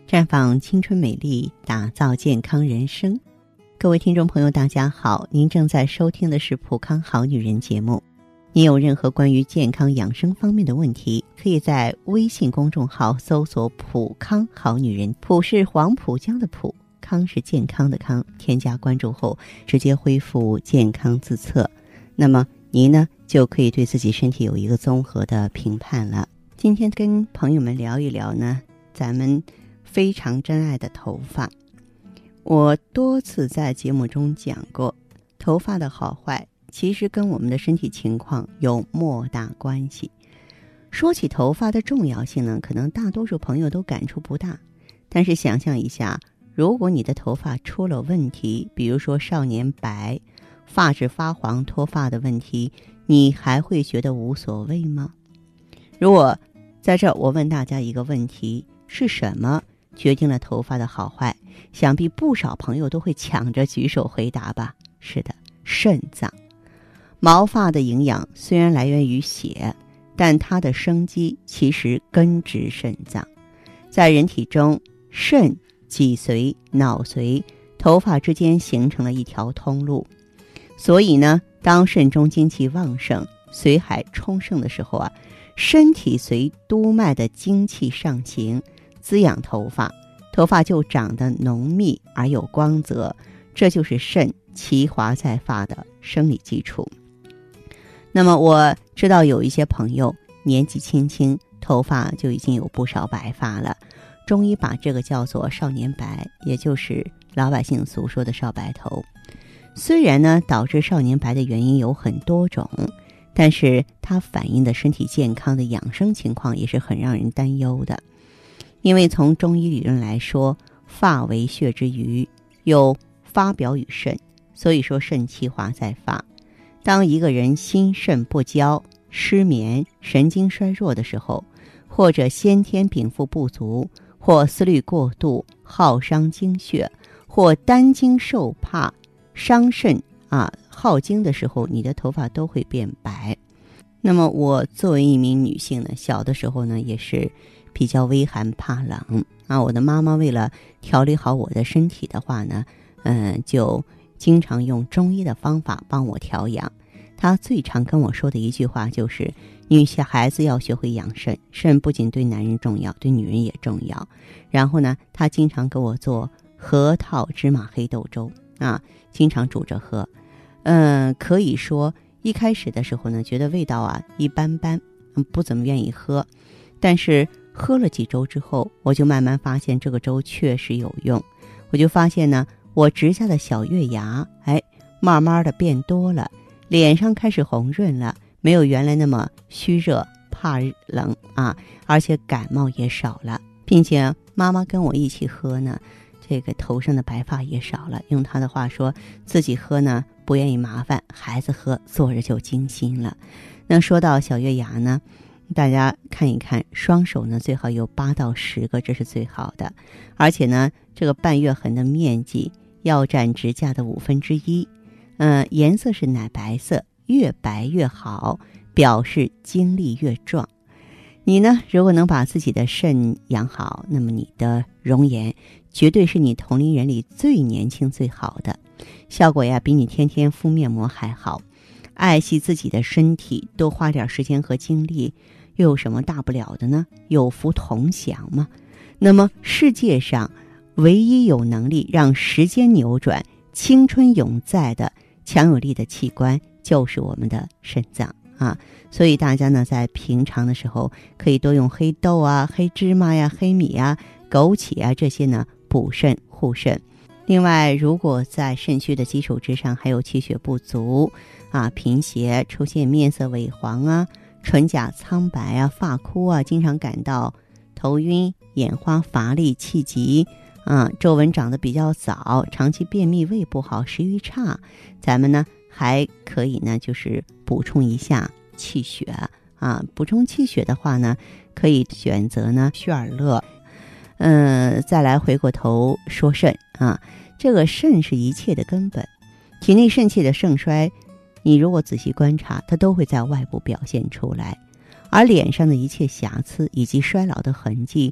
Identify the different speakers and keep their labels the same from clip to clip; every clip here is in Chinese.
Speaker 1: 绽放青春美丽，打造健康人生。各位听众朋友大家好，您正在收听的是普康好女人节目。您有任何关于健康养生方面的问题，可以在微信公众号搜索普康好女人，普是黄浦江的浦，康是健康的康，添加关注后直接恢复健康自测，那么您呢就可以对自己身体有一个综合的评判了。今天跟朋友们聊一聊呢，咱们非常珍爱的头发。我多次在节目中讲过，头发的好坏其实跟我们的身体情况有莫大关系。说起头发的重要性呢，可能大多数朋友都感触不大，但是想象一下，如果你的头发出了问题，比如说少年白、发质发黄、脱发的问题，你还会觉得无所谓吗？如果在这儿我问大家一个问题，是什么决定了头发的好坏？想必不少朋友都会抢着举手回答吧。是的，肾脏。毛发的营养虽然来源于血，但它的生机其实根植肾脏。在人体中，肾、脊髓、脑髓、头发之间形成了一条通路。所以呢，当肾中精气旺盛、髓海充盛的时候啊，身体随督脉的精气上行，滋养头发，头发就长得浓密而有光泽，这就是肾其华在发的生理基础。那么我知道有一些朋友年纪轻轻，头发就已经有不少白发了，中医把这个叫做少年白，也就是老百姓俗说的少白头。虽然呢，导致少年白的原因有很多种，但是它反映的身体健康的养生情况也是很让人担忧的。因为从中医理论来说，发为血之余，有发表于肾，所以说肾其华在发。当一个人心肾不交、失眠、神经衰弱的时候，或者先天禀赋不足，或思虑过度、耗伤精血，或担惊受怕、伤肾耗精的时候，你的头发都会变白。那么我作为一名女性呢，小的时候呢也是比较微寒怕冷我的妈妈为了调理好我的身体的话呢，就经常用中医的方法帮我调养。她最常跟我说的一句话就是，女孩子要学会养肾，肾不仅对男人重要，对女人也重要。然后呢，她经常给我做核桃芝麻黑豆粥经常煮着喝。可以说一开始的时候呢，觉得味道一般般，不怎么愿意喝。但是喝了几周之后，我就慢慢发现这个粥确实有用。我就发现呢，我植下的小月牙慢慢的变多了，脸上开始红润了，没有原来那么虚热怕冷而且感冒也少了，并且妈妈跟我一起喝呢，这个头上的白发也少了。用她的话说，自己喝呢不愿意麻烦，孩子喝坐着就精心了。那说到小月牙呢，大家看一看，双手呢最好有8到10个，这是最好的。而且呢，这个半月痕的面积要占指甲的1/5，颜色是奶白色，越白越好，表示精力越壮。你呢，如果能把自己的肾养好，那么你的容颜绝对是你同龄人里最年轻最好的，效果比你天天敷面膜还好。爱惜自己的身体，多花点时间和精力，又有什么大不了的呢？有福同享嘛。那么世界上唯一有能力让时间扭转、青春永在的强有力的器官，就是我们的肾脏所以大家呢，在平常的时候可以多用黑豆黑芝麻黑米枸杞这些呢补肾护肾。另外，如果在肾虚的基础之上还有气血不足贫血，出现面色萎黄唇甲苍白发枯经常感到头晕、眼花、乏力、气急皱纹长得比较早，长期便秘、胃不好、食欲差，咱们呢还可以呢就是补充一下气血补充气血的话呢，可以选择呢血尔乐。再来回过头说肾这个肾是一切的根本，体内肾气的盛衰，你如果仔细观察，它都会在外部表现出来。而脸上的一切瑕疵以及衰老的痕迹，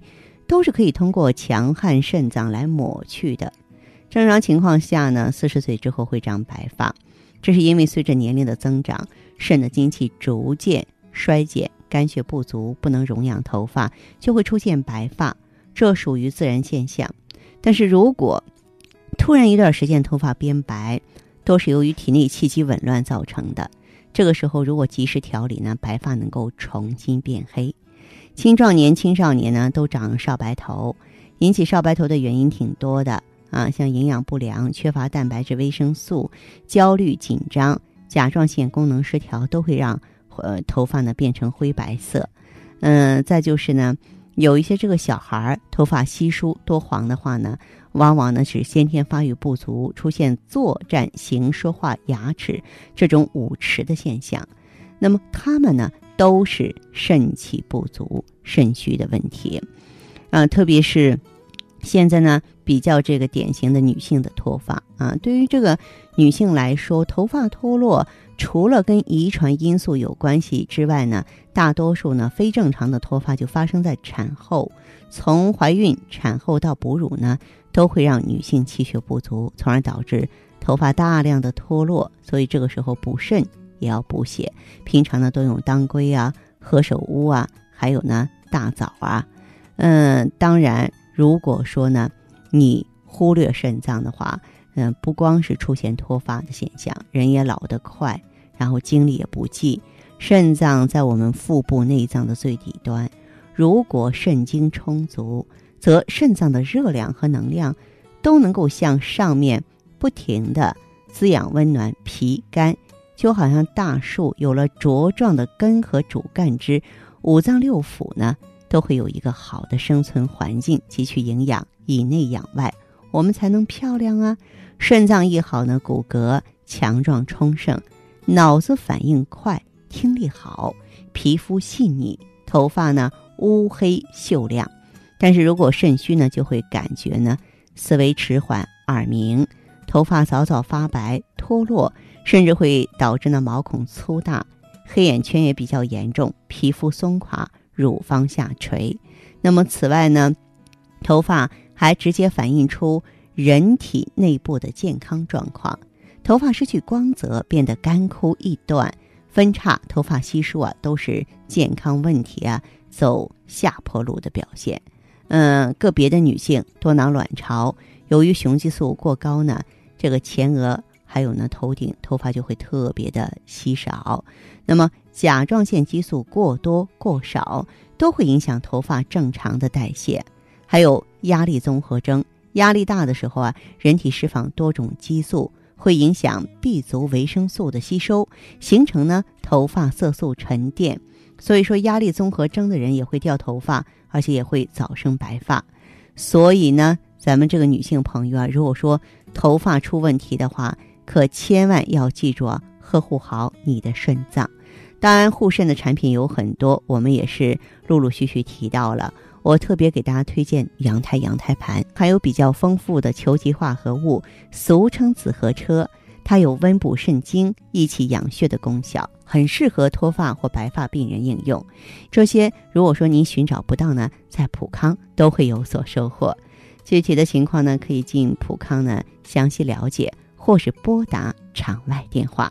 Speaker 1: 都是可以通过强悍肾脏来抹去的。正常情况下呢，40岁之后会长白发，这是因为随着年龄的增长，肾的精气逐渐衰减，肝血不足，不能容养头发，就会出现白发，这属于自然现象。但是如果突然一段时间头发变白，都是由于体内气机紊乱造成的。这个时候如果及时调理呢，白发能够重新变黑。青壮年、青少年呢都长少白头，引起少白头的原因挺多的啊，像营养不良、缺乏蛋白质、维生素、焦虑、紧张、甲状腺功能失调，都会让头发呢变成灰白色。再就是呢，有一些这个小孩头发稀疏多黄的话呢，往往呢是先天发育不足，出现坐站行说话牙齿这种五迟的现象。那么他们呢都是肾气不足、肾虚的问题。特别是现在呢比较这个典型的女性的脱发啊，对于这个女性来说，头发脱落除了跟遗传因素有关系之外呢，大多数呢非正常的脱发就发生在产后，从怀孕、产后到哺乳呢，都会让女性气血不足，从而导致头发大量的脱落。所以这个时候补肾也要补血，平常呢多用当归啊、何首乌啊，还有呢大枣啊。当然如果说呢你忽略肾脏的话，不光是出现脱发的现象，人也老得快，然后精力也不济。肾脏在我们腹部内脏的最底端，如果肾精充足，则肾脏的热量和能量都能够向上面不停地滋养温暖脾肝，就好像大树有了茁壮的根和主干枝，五脏六腑呢都会有一个好的生存环境，汲取营养，以内养外，我们才能漂亮啊。肾脏一好呢，骨骼强壮充盛，脑子反应快，听力好，皮肤细腻，头发呢乌黑秀亮。但是如果肾虚呢，就会感觉呢思维迟缓、耳鸣，头发早早发白脱落，甚至会导致呢毛孔粗大，黑眼圈也比较严重，皮肤松垮，乳房下垂。那么此外呢，头发还直接反映出人体内部的健康状况。头发失去光泽，变得干枯易断、分叉、头发稀疏啊，都是健康问题啊走下坡路的表现。个别的女性多囊卵巢，由于雄激素过高呢，这个前额还有呢头顶头发就会特别的稀少。那么甲状腺激素过多过少都会影响头发正常的代谢。还有压力综合征，压力大的时候啊，人体释放多种激素，会影响 B 族维生素的吸收，形成呢头发色素沉淀。所以说压力综合征的人也会掉头发，而且也会早生白发。所以呢咱们这个女性朋友啊，如果说头发出问题的话，可千万要记住啊，呵护好你的肾脏。当然护肾的产品有很多，我们也是陆陆续续提到了。我特别给大家推荐羊胎盘，还有比较丰富的球基化合物，俗称紫河车，它有温补肾精、益气养血的功效，很适合脱发或白发病人应用。这些如果说您寻找不到呢，在普康都会有所收获。具体的情况呢，可以进普康呢详细了解，或是拨打场外电话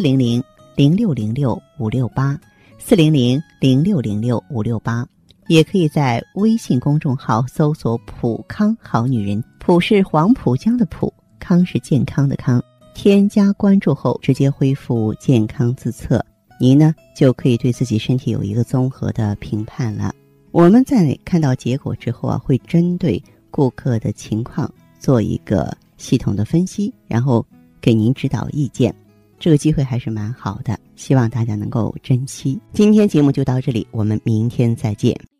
Speaker 1: 400-0606-568，400-0606-568，也可以在微信公众号搜索普康好女人，普是黄浦江的浦，康是健康的康，添加关注后直接恢复健康自测，您呢就可以对自己身体有一个综合的评判了。我们在看到结果之后啊，会针对顾客的情况做一个系统的分析，然后给您指导意见。这个机会还是蛮好的，希望大家能够珍惜。今天节目就到这里，我们明天再见。